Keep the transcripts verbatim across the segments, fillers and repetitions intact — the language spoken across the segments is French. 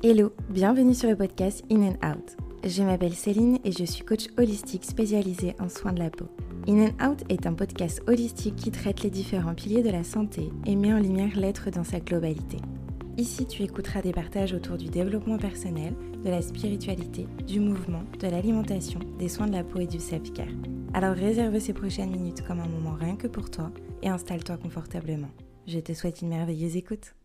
Hello, bienvenue sur le podcast In and Out. Je m'appelle Céline et je suis coach holistique spécialisée en soins de la peau. In and Out est un podcast holistique qui traite les différents piliers de la santé et met en lumière l'être dans sa globalité. Ici, tu écouteras des partages autour du développement personnel, de la spiritualité, du mouvement, de l'alimentation, des soins de la peau et du self-care. Alors réserve ces prochaines minutes comme un moment rien que pour toi et installe-toi confortablement. Je te souhaite une merveilleuse écoute.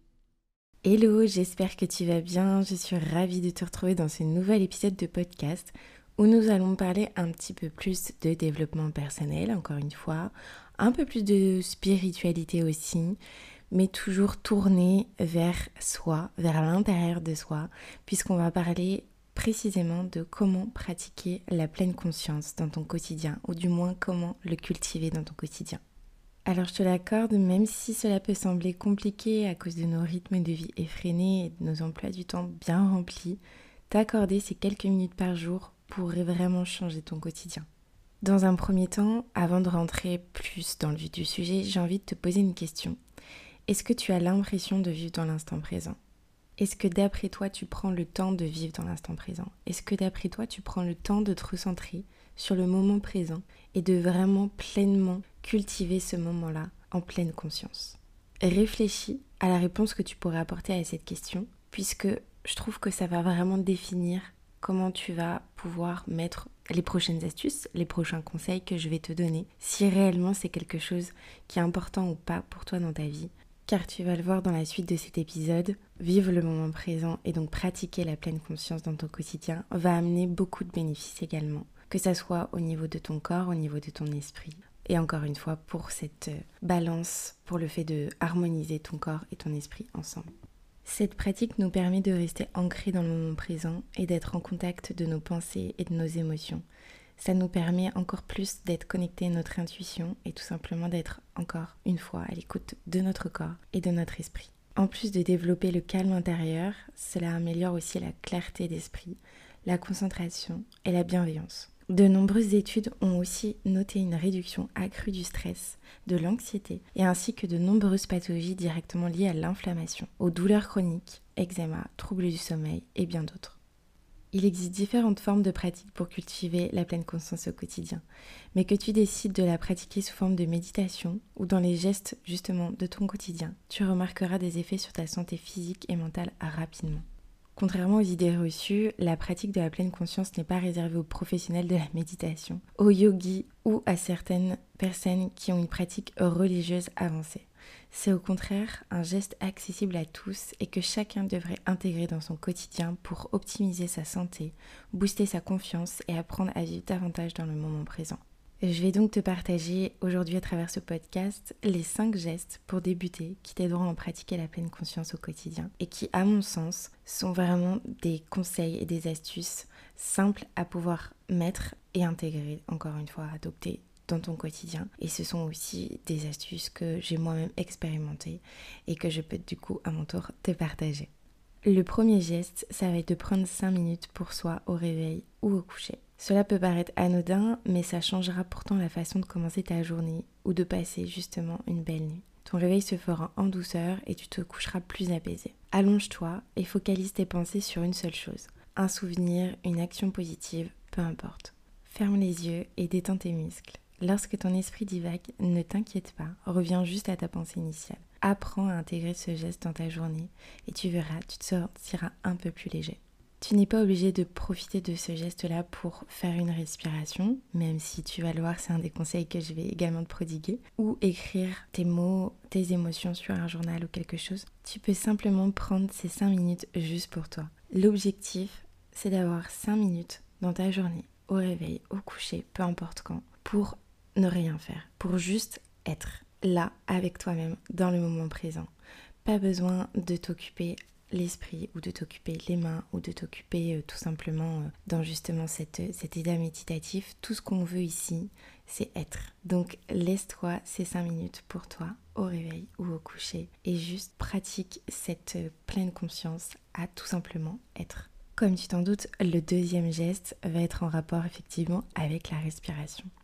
Hello, j'espère que tu vas bien. Je suis ravie de te retrouver dans ce nouvel épisode de podcast où nous allons parler un petit peu plus de développement personnel, encore une fois, un peu plus de spiritualité aussi, mais toujours tourné vers soi, vers l'intérieur de soi, puisqu'on va parler précisément de comment pratiquer la pleine conscience dans ton quotidien, ou du moins comment le cultiver dans ton quotidien. Alors je te l'accorde, même si cela peut sembler compliqué à cause de nos rythmes de vie effrénés et de nos emplois du temps bien remplis, t'accorder ces quelques minutes par jour pourrait vraiment changer ton quotidien. Dans un premier temps, avant de rentrer plus dans le vif du sujet, j'ai envie de te poser une question. Est-ce que tu as l'impression de vivre dans l'instant présent ? Est-ce que d'après toi, tu prends le temps de vivre dans l'instant présent ? Est-ce que d'après toi, tu prends le temps de te recentrer sur le moment présent et de vraiment pleinement cultiver ce moment-là en pleine conscience ? Réfléchis à la réponse que tu pourrais apporter à cette question, puisque je trouve que ça va vraiment définir comment tu vas pouvoir mettre les prochaines astuces, les prochains conseils que je vais te donner, si réellement c'est quelque chose qui est important ou pas pour toi dans ta vie. Car tu vas le voir dans la suite de cet épisode, vivre le moment présent et donc pratiquer la pleine conscience dans ton quotidien va amener beaucoup de bénéfices également, que ça soit au niveau de ton corps, au niveau de ton esprit. Et encore une fois, pour cette balance, pour le fait de harmoniser ton corps et ton esprit ensemble. Cette pratique nous permet de rester ancrés dans le moment présent et d'être en contact de nos pensées et de nos émotions. Ça nous permet encore plus d'être connectés à notre intuition et tout simplement d'être encore une fois à l'écoute de notre corps et de notre esprit. En plus de développer le calme intérieur, cela améliore aussi la clarté d'esprit, la concentration et la bienveillance. De nombreuses études ont aussi noté une réduction accrue du stress, de l'anxiété et ainsi que de nombreuses pathologies directement liées à l'inflammation, aux douleurs chroniques, eczéma, troubles du sommeil et bien d'autres. Il existe différentes formes de pratiques pour cultiver la pleine conscience au quotidien, mais que tu décides de la pratiquer sous forme de méditation ou dans les gestes justement de ton quotidien, tu remarqueras des effets sur ta santé physique et mentale rapidement. Contrairement aux idées reçues, la pratique de la pleine conscience n'est pas réservée aux professionnels de la méditation, aux yogis ou à certaines personnes qui ont une pratique religieuse avancée. C'est au contraire un geste accessible à tous et que chacun devrait intégrer dans son quotidien pour optimiser sa santé, booster sa confiance et apprendre à vivre davantage dans le moment présent. Je vais donc te partager aujourd'hui à travers ce podcast les cinq gestes pour débuter qui t'aideront à pratiquer la pleine conscience au quotidien et qui, à mon sens, sont vraiment des conseils et des astuces simples à pouvoir mettre et intégrer, encore une fois, adopter dans ton quotidien. Et ce sont aussi des astuces que j'ai moi-même expérimentées et que je peux du coup à mon tour te partager. Le premier geste, ça va être de prendre cinq minutes pour soi au réveil ou au coucher. Cela peut paraître anodin, mais ça changera pourtant la façon de commencer ta journée ou de passer justement une belle nuit. Ton réveil se fera en douceur et tu te coucheras plus apaisé. Allonge-toi et focalise tes pensées sur une seule chose. Un souvenir, une action positive, peu importe. Ferme les yeux et détends tes muscles. Lorsque ton esprit divague, ne t'inquiète pas, reviens juste à ta pensée initiale. Apprends à intégrer ce geste dans ta journée et tu verras, tu te sentiras un peu plus léger. Tu n'es pas obligé de profiter de ce geste-là pour faire une respiration, même si tu vas le voir, c'est un des conseils que je vais également te prodiguer, ou écrire tes mots, tes émotions sur un journal ou quelque chose. Tu peux simplement prendre ces cinq minutes juste pour toi. L'objectif, c'est d'avoir cinq minutes dans ta journée, au réveil, au coucher, peu importe quand, pour ne rien faire, pour juste être là avec toi-même dans le moment présent. Pas besoin de t'occuper l'esprit ou de t'occuper les mains ou de t'occuper euh, tout simplement euh, dans justement cette, cet état méditatif. Tout ce qu'on veut ici, c'est être. Donc laisse-toi ces cinq minutes pour toi au réveil ou au coucher et juste pratique cette euh, pleine conscience à tout simplement être. Comme tu t'en doutes, le deuxième geste va être en rapport effectivement avec la respiration.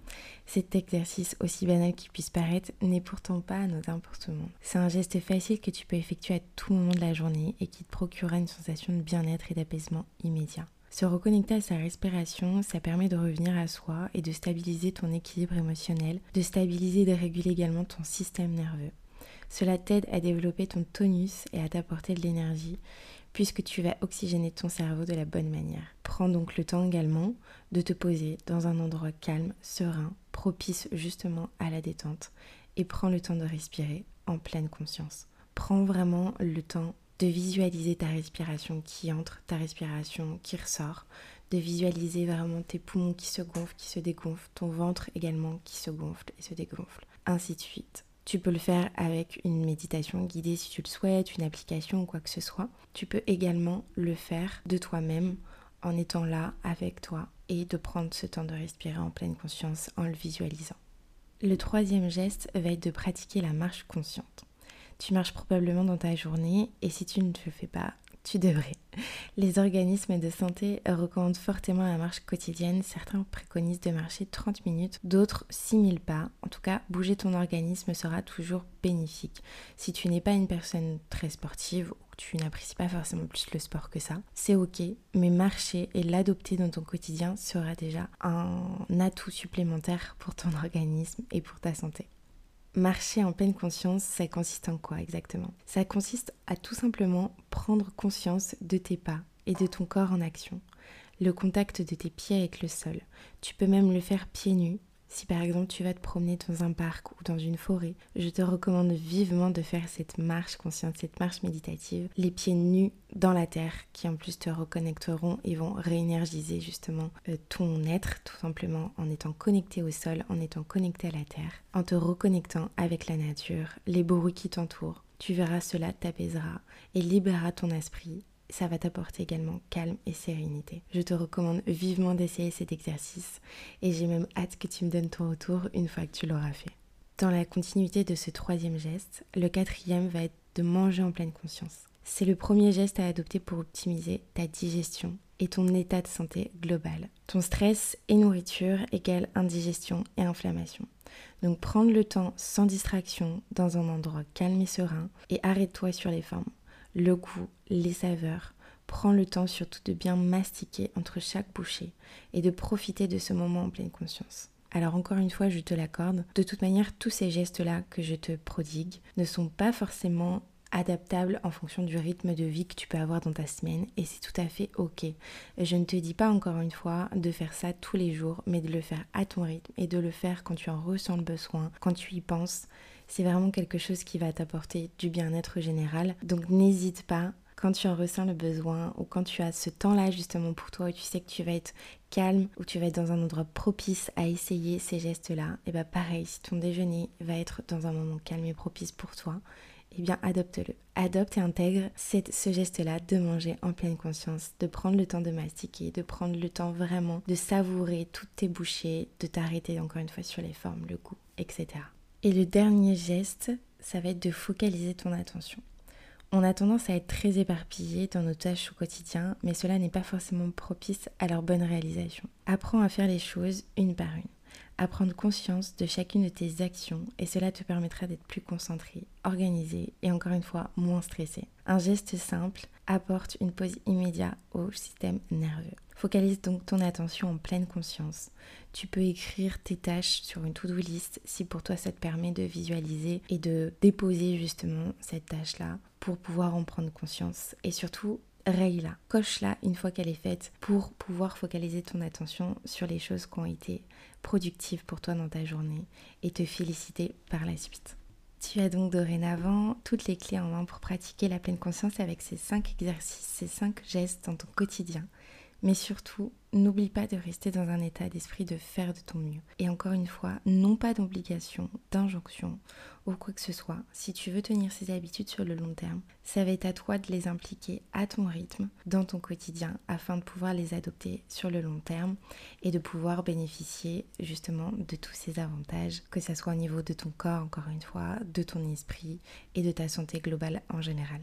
Cet exercice, aussi banal qu'il puisse paraître, n'est pourtant pas anodin pour tout le monde. C'est un geste facile que tu peux effectuer à tout moment de la journée et qui te procurera une sensation de bien-être et d'apaisement immédiat. Se reconnecter à sa respiration, ça permet de revenir à soi et de stabiliser ton équilibre émotionnel, de stabiliser et de réguler également ton système nerveux. Cela t'aide à développer ton tonus et à t'apporter de l'énergie, puisque tu vas oxygéner ton cerveau de la bonne manière. Prends donc le temps également de te poser dans un endroit calme, serein, propice justement à la détente, et prends le temps de respirer en pleine conscience. Prends vraiment le temps de visualiser ta respiration qui entre, ta respiration qui ressort, de visualiser vraiment tes poumons qui se gonflent, qui se dégonflent, ton ventre également qui se gonfle et se dégonfle, ainsi de suite. Tu peux le faire avec une méditation guidée si tu le souhaites, une application ou quoi que ce soit. Tu peux également le faire de toi-même en étant là avec toi et de prendre ce temps de respirer en pleine conscience en le visualisant. Le troisième geste va être de pratiquer la marche consciente. Tu marches probablement dans ta journée et si tu ne le fais pas, tu devrais. Les organismes de santé recommandent fortement la marche quotidienne. Certains préconisent de marcher trente minutes, d'autres six mille pas. En tout cas, bouger ton organisme sera toujours bénéfique. Si tu n'es pas une personne très sportive ou que tu n'apprécies pas forcément plus le sport que ça, c'est ok, mais marcher et l'adopter dans ton quotidien sera déjà un atout supplémentaire pour ton organisme et pour ta santé. Marcher en pleine conscience, ça consiste en quoi exactement ? Ça consiste à tout simplement prendre conscience de tes pas et de ton corps en action, le contact de tes pieds avec le sol. Tu peux même le faire pieds nus. Si par exemple tu vas te promener dans un parc ou dans une forêt, je te recommande vivement de faire cette marche consciente, cette marche méditative, les pieds nus dans la terre, qui en plus te reconnecteront et vont réénergiser justement euh, ton être, tout simplement en étant connecté au sol, en étant connecté à la terre, en te reconnectant avec la nature, les bruits qui t'entourent. Tu verras, cela t'apaisera et libérera ton esprit. Ça va t'apporter également calme et sérénité. Je te recommande vivement d'essayer cet exercice et j'ai même hâte que tu me donnes ton retour une fois que tu l'auras fait. Dans la continuité de ce troisième geste, le quatrième va être de manger en pleine conscience. C'est le premier geste à adopter pour optimiser ta digestion et ton état de santé global. Ton stress et nourriture égale indigestion et inflammation. Donc prendre le temps sans distraction dans un endroit calme et serein et arrête-toi sur les formes. Le goût, les saveurs, prends le temps surtout de bien mastiquer entre chaque bouchée et de profiter de ce moment en pleine conscience. Alors encore une fois, je te l'accorde, de toute manière, tous ces gestes-là que je te prodigue ne sont pas forcément adaptables en fonction du rythme de vie que tu peux avoir dans ta semaine et c'est tout à fait ok. Je ne te dis pas encore une fois de faire ça tous les jours, mais de le faire à ton rythme et de le faire quand tu en ressens le besoin, quand tu y penses. C'est vraiment quelque chose qui va t'apporter du bien-être général. Donc n'hésite pas, quand tu en ressens le besoin ou quand tu as ce temps-là justement pour toi où tu sais que tu vas être calme, où tu vas être dans un endroit propice à essayer ces gestes-là, et bien pareil, si ton déjeuner va être dans un moment calme et propice pour toi, eh bien adopte-le. Adopte et intègre cette, ce geste-là de manger en pleine conscience, de prendre le temps de mastiquer, de prendre le temps vraiment de savourer toutes tes bouchées, de t'arrêter encore une fois sur les formes, le goût, et cetera. Et le dernier geste, ça va être de focaliser ton attention. On a tendance à être très éparpillé dans nos tâches au quotidien, mais cela n'est pas forcément propice à leur bonne réalisation. Apprends à faire les choses une par une, à prendre conscience de chacune de tes actions et cela te permettra d'être plus concentré, organisé et encore une fois moins stressé. Un geste simple apporte une pause immédiate au système nerveux. Focalise donc ton attention en pleine conscience. Tu peux écrire tes tâches sur une to-do list si pour toi ça te permet de visualiser et de déposer justement cette tâche-là pour pouvoir en prendre conscience et surtout raye-la, coche-la une fois qu'elle est faite pour pouvoir focaliser ton attention sur les choses qui ont été productives pour toi dans ta journée et te féliciter par la suite. Tu as donc dorénavant toutes les clés en main pour pratiquer la pleine conscience avec ces cinq exercices, ces cinq gestes dans ton quotidien. Mais surtout, n'oublie pas de rester dans un état d'esprit de faire de ton mieux. Et encore une fois, non pas d'obligation, d'injonction ou quoi que ce soit. Si tu veux tenir ces habitudes sur le long terme, ça va être à toi de les impliquer à ton rythme, dans ton quotidien, afin de pouvoir les adopter sur le long terme et de pouvoir bénéficier justement de tous ces avantages, que ce soit au niveau de ton corps, encore une fois, de ton esprit et de ta santé globale en général.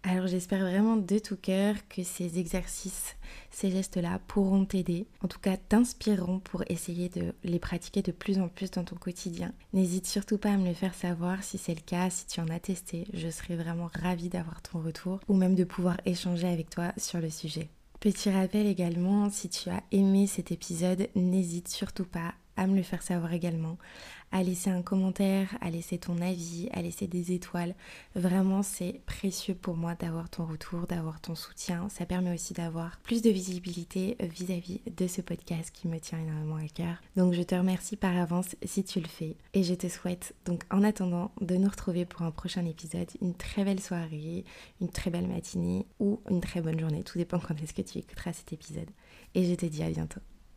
Alors j'espère vraiment de tout cœur que ces exercices, ces gestes-là pourront t'aider, en tout cas t'inspireront pour essayer de les pratiquer de plus en plus dans ton quotidien. N'hésite surtout pas à me le faire savoir si c'est le cas, si tu en as testé. Je serais vraiment ravie d'avoir ton retour ou même de pouvoir échanger avec toi sur le sujet. Petit rappel également, si tu as aimé cet épisode, n'hésite surtout pas à me le faire savoir également, à laisser un commentaire, à laisser ton avis, à laisser des étoiles. Vraiment, c'est précieux pour moi d'avoir ton retour, d'avoir ton soutien. Ça permet aussi d'avoir plus de visibilité vis-à-vis de ce podcast qui me tient énormément à cœur. Donc je te remercie par avance si tu le fais. Et je te souhaite donc en attendant de nous retrouver pour un prochain épisode, une très belle soirée, une très belle matinée ou une très bonne journée. Tout dépend quand est-ce que tu écouteras cet épisode. Et je te dis à bientôt.